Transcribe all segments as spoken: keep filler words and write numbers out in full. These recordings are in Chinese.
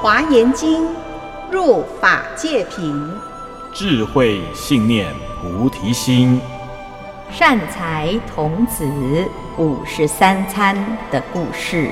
华严经，入法界品， 智慧信念菩提心， 善财童子五十三参的故事。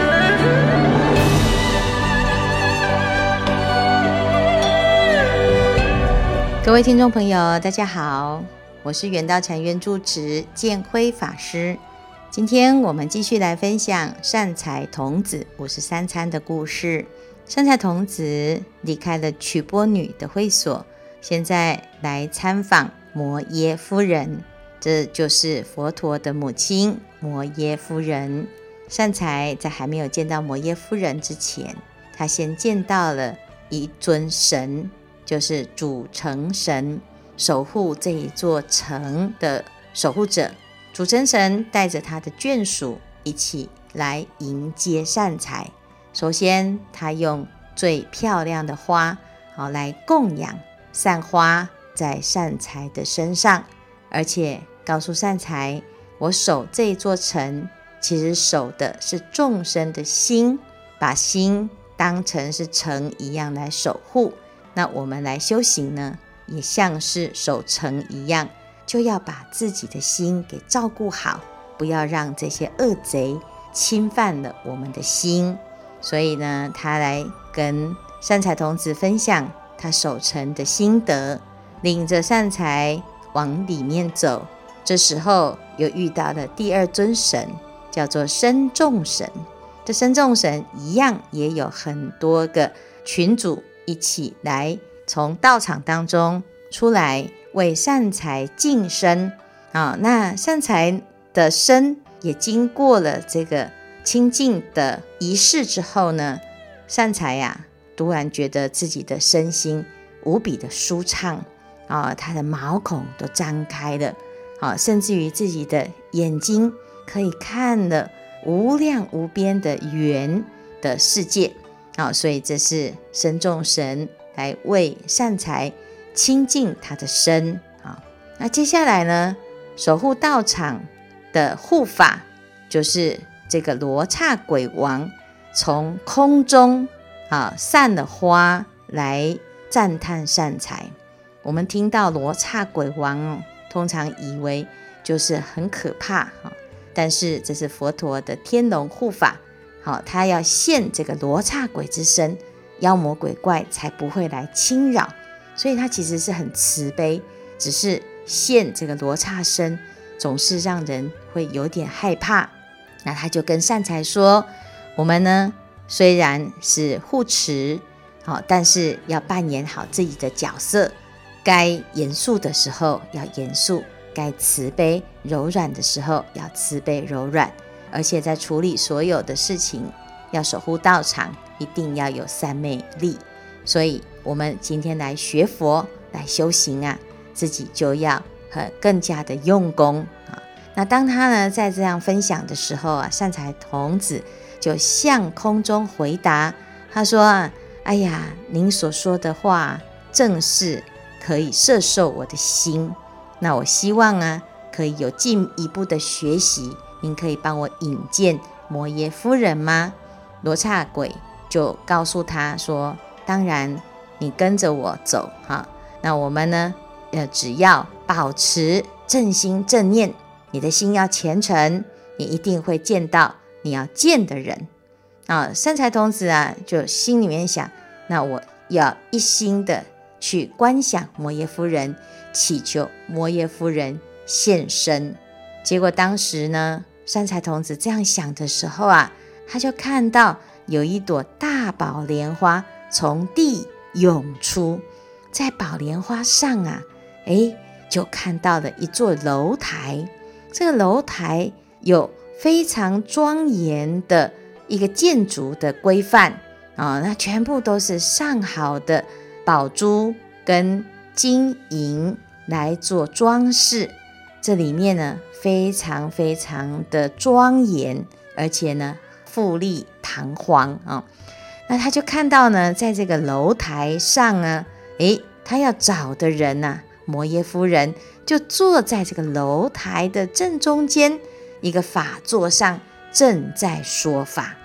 各位听众朋友，大家好，我是圆道禅院住持建辉法师。今天我们继续来分享善财童子五十三参的故事。善财童子离开了曲波女的会所，现在来参访摩耶夫人，这就是佛陀的母亲摩耶夫人。善财在还没有见到摩耶夫人之前，他先见到了一尊神，就是主城神，守护这一座城的守护者。主城神带着他的眷属一起来迎接善财。首先他用最漂亮的花好来供养散花在善财的身上，而且告诉善财，我守这座城其实守的是众生的心，把心当成是城一样来守护。那我们来修行呢，也像是守城一样，就要把自己的心给照顾好，不要让这些恶贼侵犯了我们的心。所以呢，他来跟善财童子分享他守城的心得，领着善财往里面走。这时候又遇到了第二尊神，叫做身众神。这身众神一样也有很多个群主一起来从道场当中出来为善财净身、哦、那善财的身也经过了这个清净的仪式之后呢，善财呀、啊，突然觉得自己的身心无比的舒畅、哦、他的毛孔都张开了、哦、甚至于自己的眼睛可以看了无量无边的圆的世界、哦、所以这是身众神来为善财清净他的身、哦、那接下来呢，守护道场的护法就是这个罗刹鬼王，从空中、啊、散了花来赞叹善财。我们听到罗刹鬼王、哦、通常以为就是很可怕、哦、但是这是佛陀的天龙护法、哦、他要现这个罗刹鬼之身，妖魔鬼怪才不会来侵扰，所以他其实是很慈悲，只是现这个罗刹身总是让人会有点害怕。那他就跟善财说，我们呢虽然是护持、哦、但是要扮演好自己的角色，该严肃的时候要严肃，该慈悲柔软的时候要慈悲柔软，而且在处理所有的事情，要守护道场一定要有三昧力。所以我们今天来学佛来修行啊，自己就要很更加的用功、啊、那当他呢在这样分享的时候啊，善财童子就向空中回答，他说啊，哎呀，您所说的话正是可以摄受我的心，那我希望啊可以有进一步的学习，您可以帮我引荐摩耶夫人吗？罗刹鬼就告诉他说，当然你跟着我走、啊、那我们呢呃，只要保持正心正念，你的心要虔诚，你一定会见到你要见的人啊。善财童子啊，就心里面想，那我要一心的去观想摩耶夫人，祈求摩耶夫人现身。结果当时呢，善财童子这样想的时候啊，他就看到有一朵大宝莲花从地涌出，在宝莲花上啊，诶，就看到了一座楼台。这个楼台有非常庄严的一个建筑的规范、哦、那全部都是上好的宝珠跟金银来做装饰。这里面呢非常非常的庄严，而且呢富丽堂皇、哦、那他就看到呢，在这个楼台上呢，诶，他要找的人啊，摩耶夫人就坐在这个楼台的正中间一个法座上，正在说法、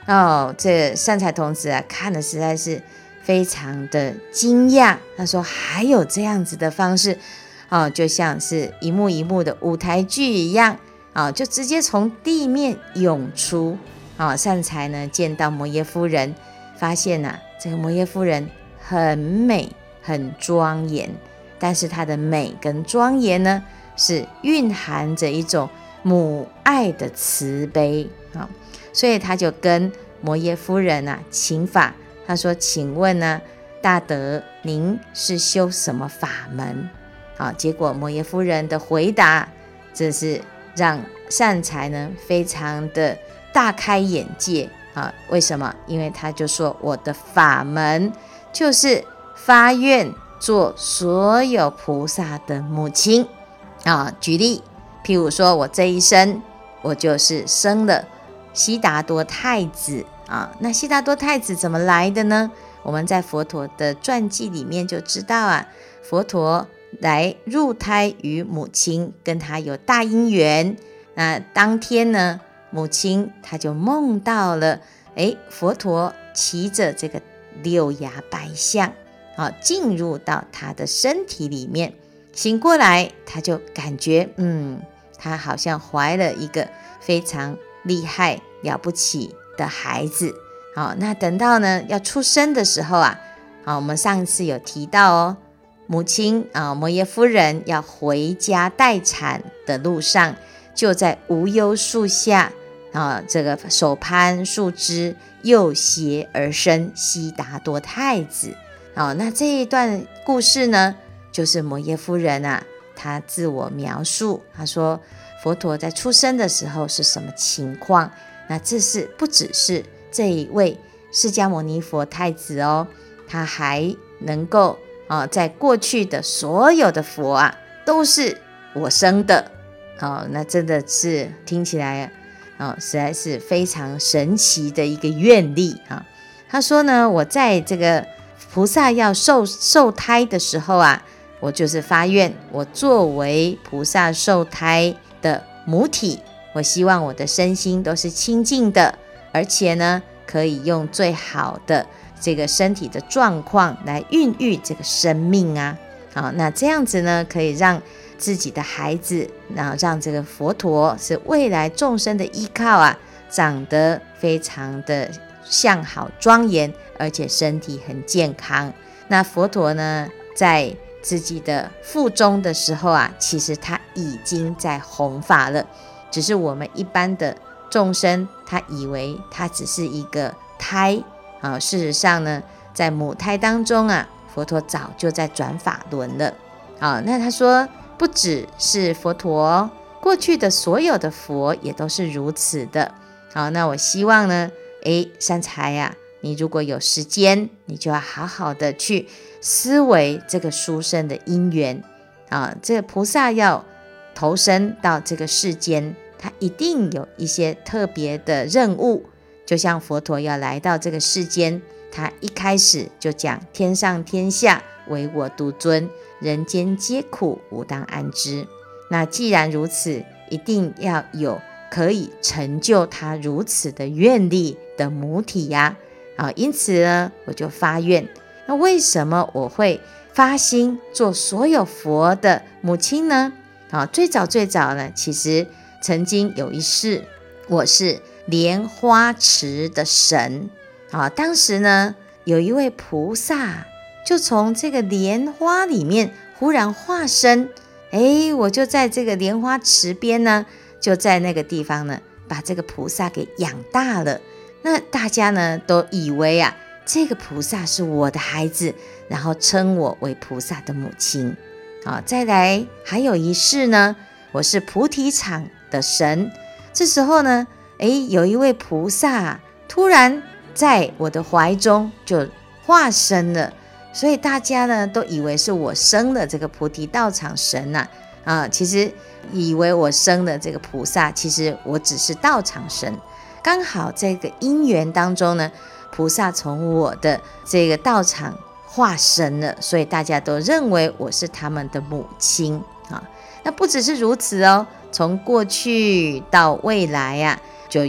哦，这善财童子啊，看的实在是非常的惊讶。他说还有这样子的方式哦，就像是一幕一幕的舞台剧一样啊、哦，就直接从地面涌出啊、哦。善财呢见到摩耶夫人，发现啊，这个摩耶夫人很美很庄严，但是她的美跟庄严呢，是蕴含着一种母爱的慈悲啊、哦，所以他就跟摩耶夫人啊请法，他说：“请问呢，大德，您是修什么法门？”啊，结果摩耶夫人的回答，这是让善财呢非常的大开眼界啊！为什么？因为他就说我的法门就是发愿做所有菩萨的母亲啊。举例，譬如说我这一生，我就是生了悉达多太子啊。那悉达多太子怎么来的呢？我们在佛陀的传记里面就知道啊，佛陀来入胎于母亲，跟他有大因缘。那当天呢，母亲她就梦到了，诶，佛陀骑着这个六牙白象啊，进入到他的身体里面。醒过来，他就感觉，嗯，他好像怀了一个非常厉害了不起的孩子。好，那等到呢要出生的时候啊，好，我们上次有提到哦。母亲啊，摩耶夫人要回家待产的路上，就在无忧树下啊，这个手攀树枝，右胁而生悉达多太子。啊，那这一段故事呢，就是摩耶夫人啊，她自我描述，她说佛陀在出生的时候是什么情况？那这是不只是这一位释迦牟尼佛太子哦，他还能够。哦，在过去的所有的佛啊，都是我生的。哦，那真的是听起来哦，实在是非常神奇的一个愿力啊。他说呢，我在这个菩萨要受受胎的时候啊，我就是发愿，我作为菩萨受胎的母体，我希望我的身心都是清净的，而且呢，可以用最好的这个身体的状况来孕育这个生命啊。好，那这样子呢，可以让自己的孩子，然后让这个佛陀是未来众生的依靠啊，长得非常的相好庄严，而且身体很健康。那佛陀呢，在自己的腹中的时候啊，其实他已经在弘法了，只是我们一般的众生，他以为他只是一个胎啊，事实上呢，在母胎当中啊，佛陀早就在转法轮了。啊，那他说，不只是佛陀，过去的所有的佛也都是如此的。好，那我希望呢，诶，善财呀、啊，你如果有时间，你就要好好的去思维这个殊胜的因缘啊。这个菩萨要投身到这个世间，他一定有一些特别的任务。就像佛陀要来到这个世间，他一开始就讲天上天下唯我独尊，人间皆苦无当安之。那既然如此，一定要有可以成就他如此的愿力的母体呀、啊。因此呢，我就发愿。那为什么我会发心做所有佛的母亲呢？啊，最早最早呢，其实曾经有一世，我是莲花池的神啊。当时呢，有一位菩萨就从这个莲花里面忽然化身，哎，我就在这个莲花池边呢，就在那个地方呢，把这个菩萨给养大了。那大家呢都以为啊，这个菩萨是我的孩子，然后称我为菩萨的母亲。啊，再来还有一世呢，我是菩提场的神。这时候呢，诶，有一位菩萨突然在我的怀中就化身了，所以大家呢都以为是我生了这个菩提道场神呐、啊，啊，其实以为我生了这个菩萨，其实我只是道场神。刚好这个因缘当中呢，菩萨从我的这个道场化身了，所以大家都认为我是他们的母亲啊。那不只是如此哦，从过去到未来啊，就有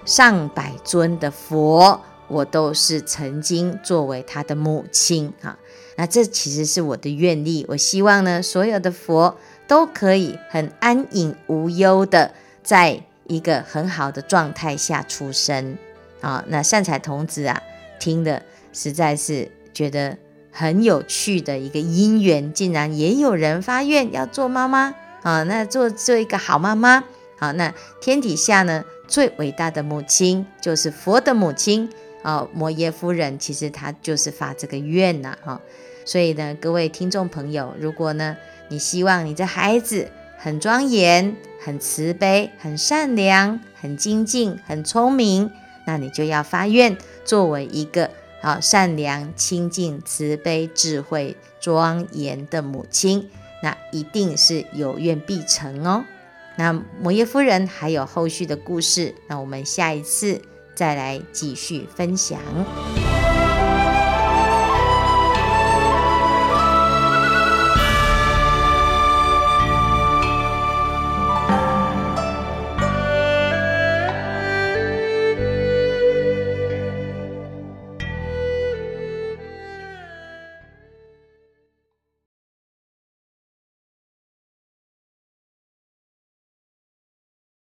上百尊的佛，我都是曾经作为他的母亲啊。那这其实是我的愿力，我希望呢，所有的佛都可以很安隐无忧的，在一个很好的状态下出生啊。那善财童子啊，听的实在是觉得很有趣的一个因缘，竟然也有人发愿要做妈妈啊，那做做一个好妈妈。好，那天底下呢，最伟大的母亲就是佛的母亲啊，摩耶夫人，其实她就是发这个愿呐、啊。所以呢，各位听众朋友，如果呢，你希望你的孩子很庄严、很慈悲、很善良、很精进、很聪明，那你就要发愿，作为一个好善良、清净、慈悲、智慧、庄严的母亲，那一定是有愿必成哦。那摩耶夫人还有后续的故事，那我们下一次再来继续分享。